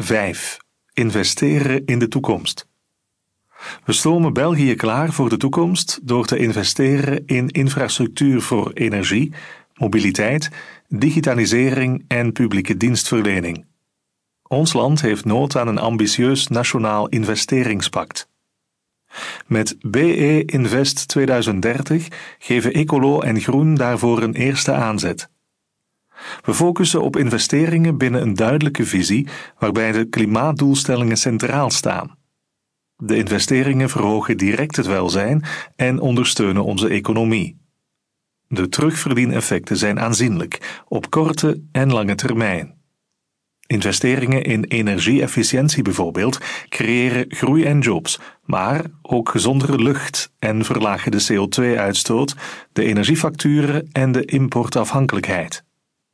5. Investeren in de toekomst. We stomen België klaar voor de toekomst door te investeren in infrastructuur voor energie, mobiliteit, digitalisering en publieke dienstverlening. Ons land heeft nood aan een ambitieus nationaal investeringspact. Met BE Invest 2030 geven Ecolo en Groen daarvoor een eerste aanzet. We focussen op investeringen binnen een duidelijke visie waarbij de klimaatdoelstellingen centraal staan. De investeringen verhogen direct het welzijn en ondersteunen onze economie. De terugverdieneffecten zijn aanzienlijk, op korte en lange termijn. Investeringen in energie-efficiëntie bijvoorbeeld creëren groei en jobs, maar ook gezondere lucht en verlagen de CO2-uitstoot, de energiefacturen en de importafhankelijkheid.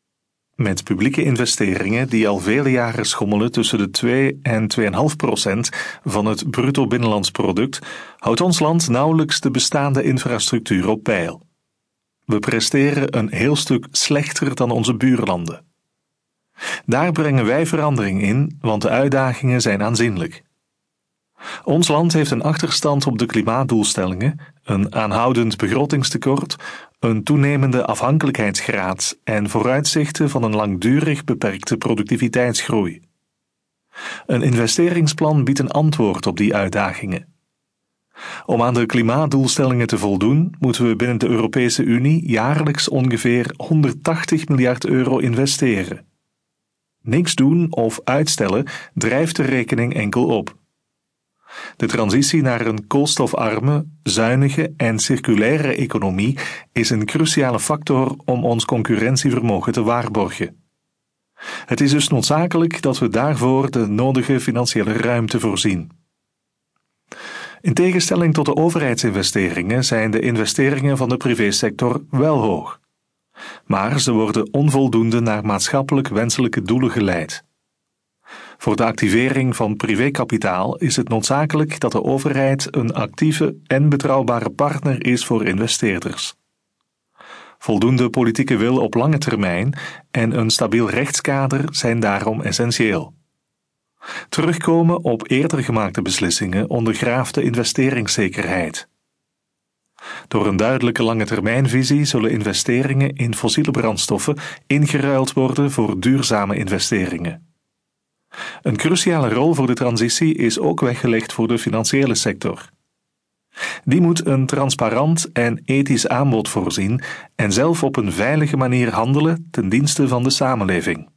Met publieke investeringen die al vele jaren schommelen tussen de 2 en 2,5% van het bruto binnenlands product, houdt ons land nauwelijks de bestaande infrastructuur op peil. We presteren een heel stuk slechter dan onze buurlanden. Daar brengen wij verandering in, want de uitdagingen zijn aanzienlijk. Ons land heeft een achterstand op de klimaatdoelstellingen, een aanhoudend begrotingstekort, een toenemende afhankelijkheidsgraad en vooruitzichten van een langdurig beperkte productiviteitsgroei. Een investeringsplan biedt een antwoord op die uitdagingen. Om aan de klimaatdoelstellingen te voldoen, moeten we binnen de Europese Unie jaarlijks ongeveer 180 miljard euro investeren. Niks doen of uitstellen drijft de rekening enkel op. De transitie naar een koolstofarme, zuinige en circulaire economie is een cruciale factor om ons concurrentievermogen te waarborgen. Het is dus noodzakelijk dat we daarvoor de nodige financiële ruimte voorzien. In tegenstelling tot de overheidsinvesteringen zijn de investeringen van de privésector wel hoog. Maar ze worden onvoldoende naar maatschappelijk wenselijke doelen geleid. Voor de activering van privékapitaal is het noodzakelijk dat de overheid een actieve en betrouwbare partner is voor investeerders. Voldoende politieke wil op lange termijn en een stabiel rechtskader zijn daarom essentieel. Terugkomen op eerder gemaakte beslissingen ondergraaft de investeringszekerheid. Door een duidelijke langetermijnvisie zullen investeringen in fossiele brandstoffen ingeruild worden voor duurzame investeringen. Een cruciale rol voor de transitie is ook weggelegd voor de financiële sector. Die moet een transparant en ethisch aanbod voorzien en zelf op een veilige manier handelen ten dienste van de samenleving.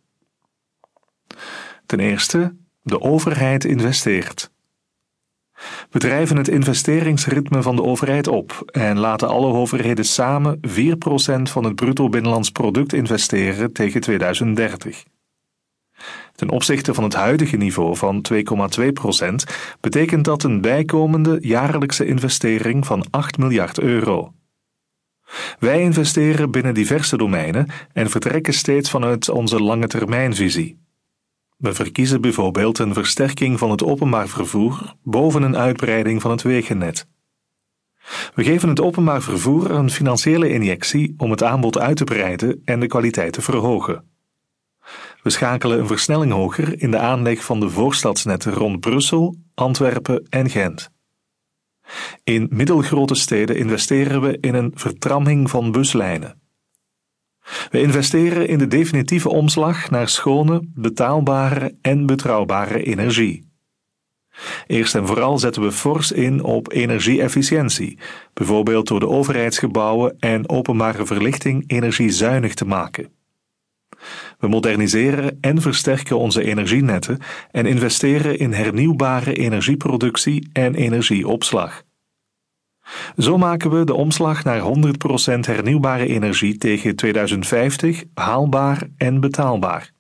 Ten eerste, de overheid investeert. We drijven het investeringsritme van de overheid op en laten alle overheden samen 4% van het bruto binnenlands product investeren tegen 2030. Ten opzichte van het huidige niveau van 2,2% betekent dat een bijkomende jaarlijkse investering van 8 miljard euro. Wij investeren binnen diverse domeinen en vertrekken steeds vanuit onze langetermijnvisie. We verkiezen bijvoorbeeld een versterking van het openbaar vervoer boven een uitbreiding van het wegennet. We geven het openbaar vervoer een financiële injectie om het aanbod uit te breiden en de kwaliteit te verhogen. We schakelen een versnelling hoger in de aanleg van de voorstadsnetten rond Brussel, Antwerpen en Gent. In middelgrote steden investeren we in een vertramming van buslijnen. We investeren in de definitieve omslag naar schone, betaalbare en betrouwbare energie. Eerst en vooral zetten we fors in op energie-efficiëntie, bijvoorbeeld door de overheidsgebouwen en openbare verlichting energiezuinig te maken. We moderniseren en versterken onze energienetten en investeren in hernieuwbare energieproductie en energieopslag. Zo maken we de omslag naar 100% hernieuwbare energie tegen 2050 haalbaar en betaalbaar.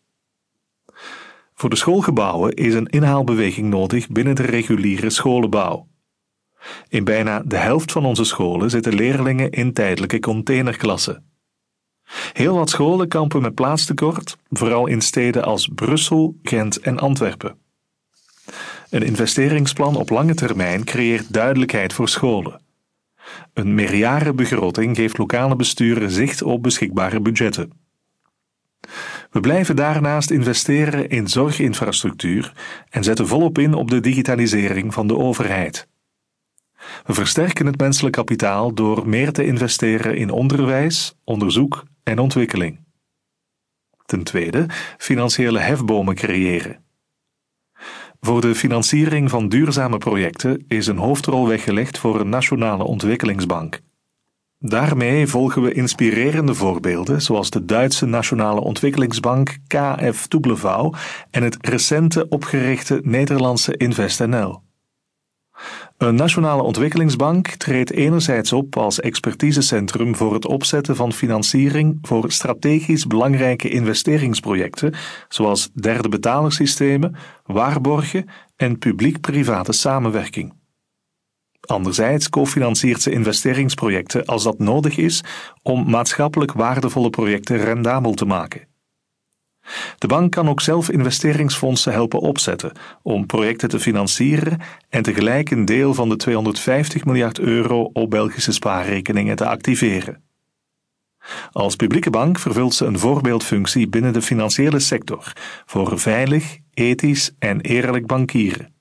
Voor de schoolgebouwen is een inhaalbeweging nodig binnen de reguliere scholenbouw. In bijna de helft van onze scholen zitten leerlingen in tijdelijke containerklassen. Heel wat scholen kampen met plaatstekort, vooral in steden als Brussel, Gent en Antwerpen. Een investeringsplan op lange termijn creëert duidelijkheid voor scholen. Een meerjarenbegroting geeft lokale besturen zicht op beschikbare budgetten. We blijven daarnaast investeren in zorginfrastructuur en zetten volop in op de digitalisering van de overheid. We versterken het menselijk kapitaal door meer te investeren in onderwijs, onderzoek en ontwikkeling. Ten tweede, financiële hefbomen creëren. Voor de financiering van duurzame projecten is een hoofdrol weggelegd voor een nationale ontwikkelingsbank. Daarmee volgen we inspirerende voorbeelden zoals de Duitse Nationale Ontwikkelingsbank KfW en het recente opgerichte Nederlandse InvestNL. Een nationale ontwikkelingsbank treedt enerzijds op als expertisecentrum voor het opzetten van financiering voor strategisch belangrijke investeringsprojecten, zoals derde betalersystemen, waarborgen en publiek-private samenwerking. Anderzijds cofinanciert ze investeringsprojecten als dat nodig is om maatschappelijk waardevolle projecten rendabel te maken. De bank kan ook zelf investeringsfondsen helpen opzetten om projecten te financieren en tegelijk een deel van de 250 miljard euro op Belgische spaarrekeningen te activeren. Als publieke bank vervult ze een voorbeeldfunctie binnen de financiële sector voor veilig, ethisch en eerlijk bankieren.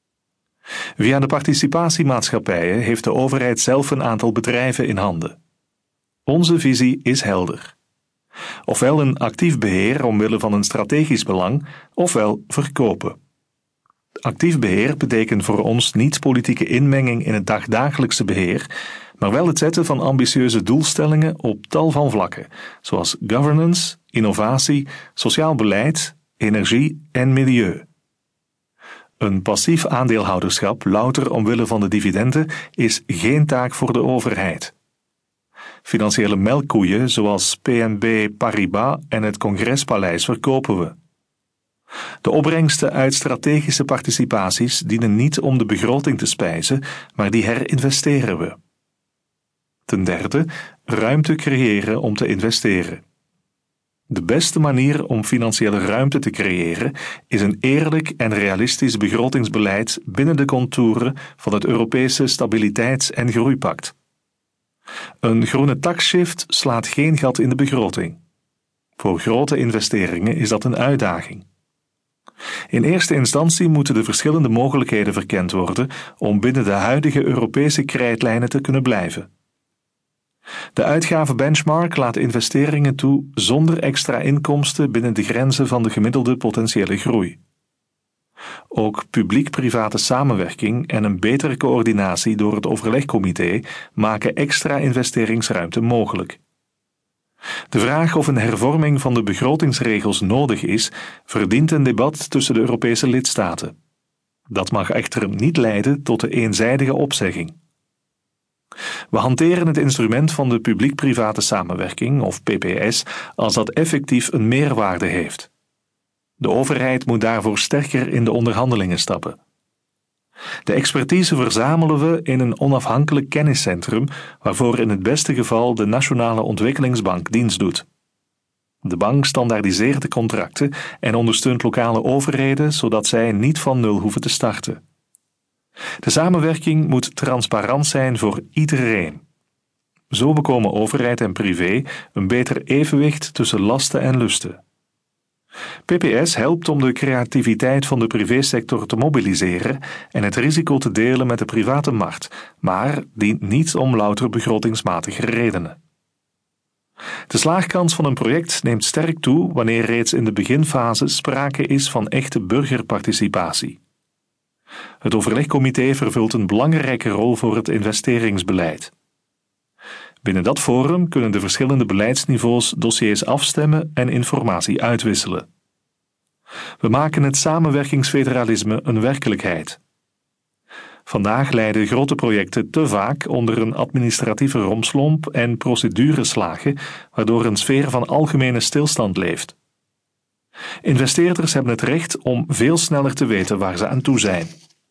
Via de participatiemaatschappijen heeft de overheid zelf een aantal bedrijven in handen. Onze visie is helder. Ofwel een actief beheer omwille van een strategisch belang, ofwel verkopen. Actief beheer betekent voor ons niet politieke inmenging in het dagdagelijkse beheer, maar wel het zetten van ambitieuze doelstellingen op tal van vlakken, zoals governance, innovatie, sociaal beleid, energie en milieu. Een passief aandeelhouderschap louter omwille van de dividenden is geen taak voor de overheid. Financiële melkkoeien zoals BNP Paribas en het Congrespaleis verkopen we. De opbrengsten uit strategische participaties dienen niet om de begroting te spijzen, maar die herinvesteren we. Ten derde, ruimte creëren om te investeren. De beste manier om financiële ruimte te creëren is een eerlijk en realistisch begrotingsbeleid binnen de contouren van het Europese Stabiliteits- en Groeipact. Een groene taxshift slaat geen gat in de begroting. Voor grote investeringen is dat een uitdaging. In eerste instantie moeten de verschillende mogelijkheden verkend worden om binnen de huidige Europese krijtlijnen te kunnen blijven. De uitgavenbenchmark laat investeringen toe zonder extra inkomsten binnen de grenzen van de gemiddelde potentiële groei. Ook publiek-private samenwerking en een betere coördinatie door het overlegcomité maken extra investeringsruimte mogelijk. De vraag of een hervorming van de begrotingsregels nodig is, verdient een debat tussen de Europese lidstaten. Dat mag echter niet leiden tot de eenzijdige opzegging. We hanteren het instrument van de publiek-private samenwerking, of PPS, als dat effectief een meerwaarde heeft. De overheid moet daarvoor sterker in de onderhandelingen stappen. De expertise verzamelen we in een onafhankelijk kenniscentrum, waarvoor in het beste geval de Nationale Ontwikkelingsbank dienst doet. De bank standaardiseert de contracten en ondersteunt lokale overheden, zodat zij niet van nul hoeven te starten. De samenwerking moet transparant zijn voor iedereen. Zo bekomen overheid en privé een beter evenwicht tussen lasten en lusten. PPS helpt om de creativiteit van de privésector te mobiliseren en het risico te delen met de private markt, maar dient niet om louter begrotingsmatige redenen. De slaagkans van een project neemt sterk toe wanneer reeds in de beginfase sprake is van echte burgerparticipatie. Het overlegcomité vervult een belangrijke rol voor het investeringsbeleid. Binnen dat forum kunnen de verschillende beleidsniveaus dossiers afstemmen en informatie uitwisselen. We maken het samenwerkingsfederalisme een werkelijkheid. Vandaag lijden grote projecten te vaak onder een administratieve rompslomp en procedureslagen, waardoor een sfeer van algemene stilstand leeft. Investeerders hebben het recht om veel sneller te weten waar ze aan toe zijn.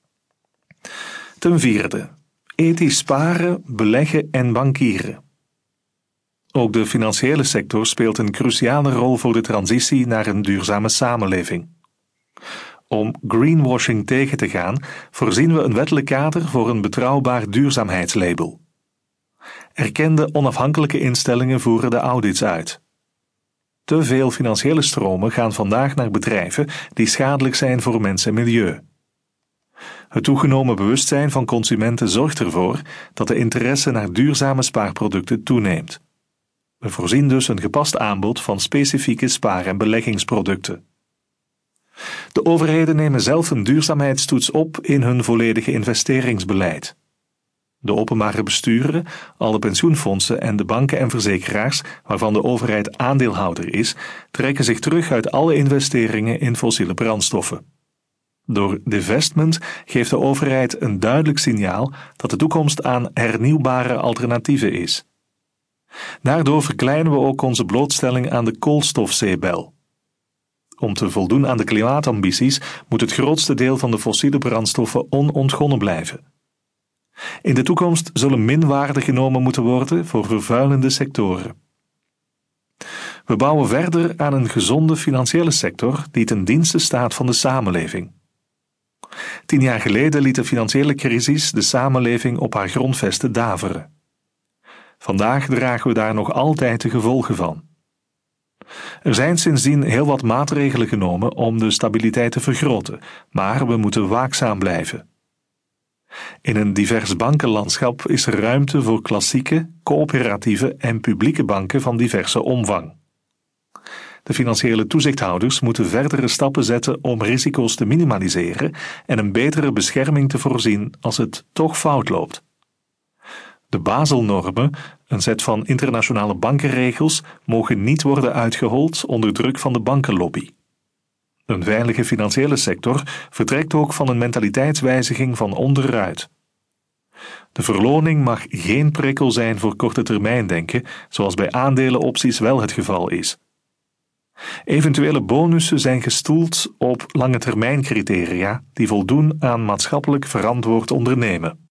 Ten vierde, ethisch sparen, beleggen en bankieren. Ook de financiële sector speelt een cruciale rol voor de transitie naar een duurzame samenleving. Om greenwashing tegen te gaan, voorzien we een wettelijk kader voor een betrouwbaar duurzaamheidslabel. Erkende onafhankelijke instellingen voeren de audits uit. Te veel financiële stromen gaan vandaag naar bedrijven die schadelijk zijn voor mens en milieu. Het toegenomen bewustzijn van consumenten zorgt ervoor dat de interesse naar duurzame spaarproducten toeneemt. We voorzien dus een gepast aanbod van specifieke spaar- en beleggingsproducten. De overheden nemen zelf een duurzaamheidstoets op in hun volledige investeringsbeleid. De openbare besturen, alle pensioenfondsen en de banken en verzekeraars, waarvan de overheid aandeelhouder is, trekken zich terug uit alle investeringen in fossiele brandstoffen. Door divestment geeft de overheid een duidelijk signaal dat de toekomst aan hernieuwbare alternatieven is. Daardoor verkleinen we ook onze blootstelling aan de koolstofzeebel. Om te voldoen aan de klimaatambities moet het grootste deel van de fossiele brandstoffen onontgonnen blijven. In de toekomst zullen minwaarden genomen moeten worden voor vervuilende sectoren. We bouwen verder aan een gezonde financiële sector die ten dienste staat van de samenleving. 10 jaar geleden liet de financiële crisis de samenleving op haar grondvesten daveren. Vandaag dragen we daar nog altijd de gevolgen van. Er zijn sindsdien heel wat maatregelen genomen om de stabiliteit te vergroten, maar we moeten waakzaam blijven. In een divers bankenlandschap is er ruimte voor klassieke, coöperatieve en publieke banken van diverse omvang. De financiële toezichthouders moeten verdere stappen zetten om risico's te minimaliseren en een betere bescherming te voorzien als het toch fout loopt. De Baselnormen, een set van internationale bankenregels, mogen niet worden uitgehold onder druk van de bankenlobby. Een veilige financiële sector vertrekt ook van een mentaliteitswijziging van onderuit. De verloning mag geen prikkel zijn voor korte termijn denken, zoals bij aandelenopties wel het geval is. Eventuele bonussen zijn gestoeld op lange termijn criteria die voldoen aan maatschappelijk verantwoord ondernemen.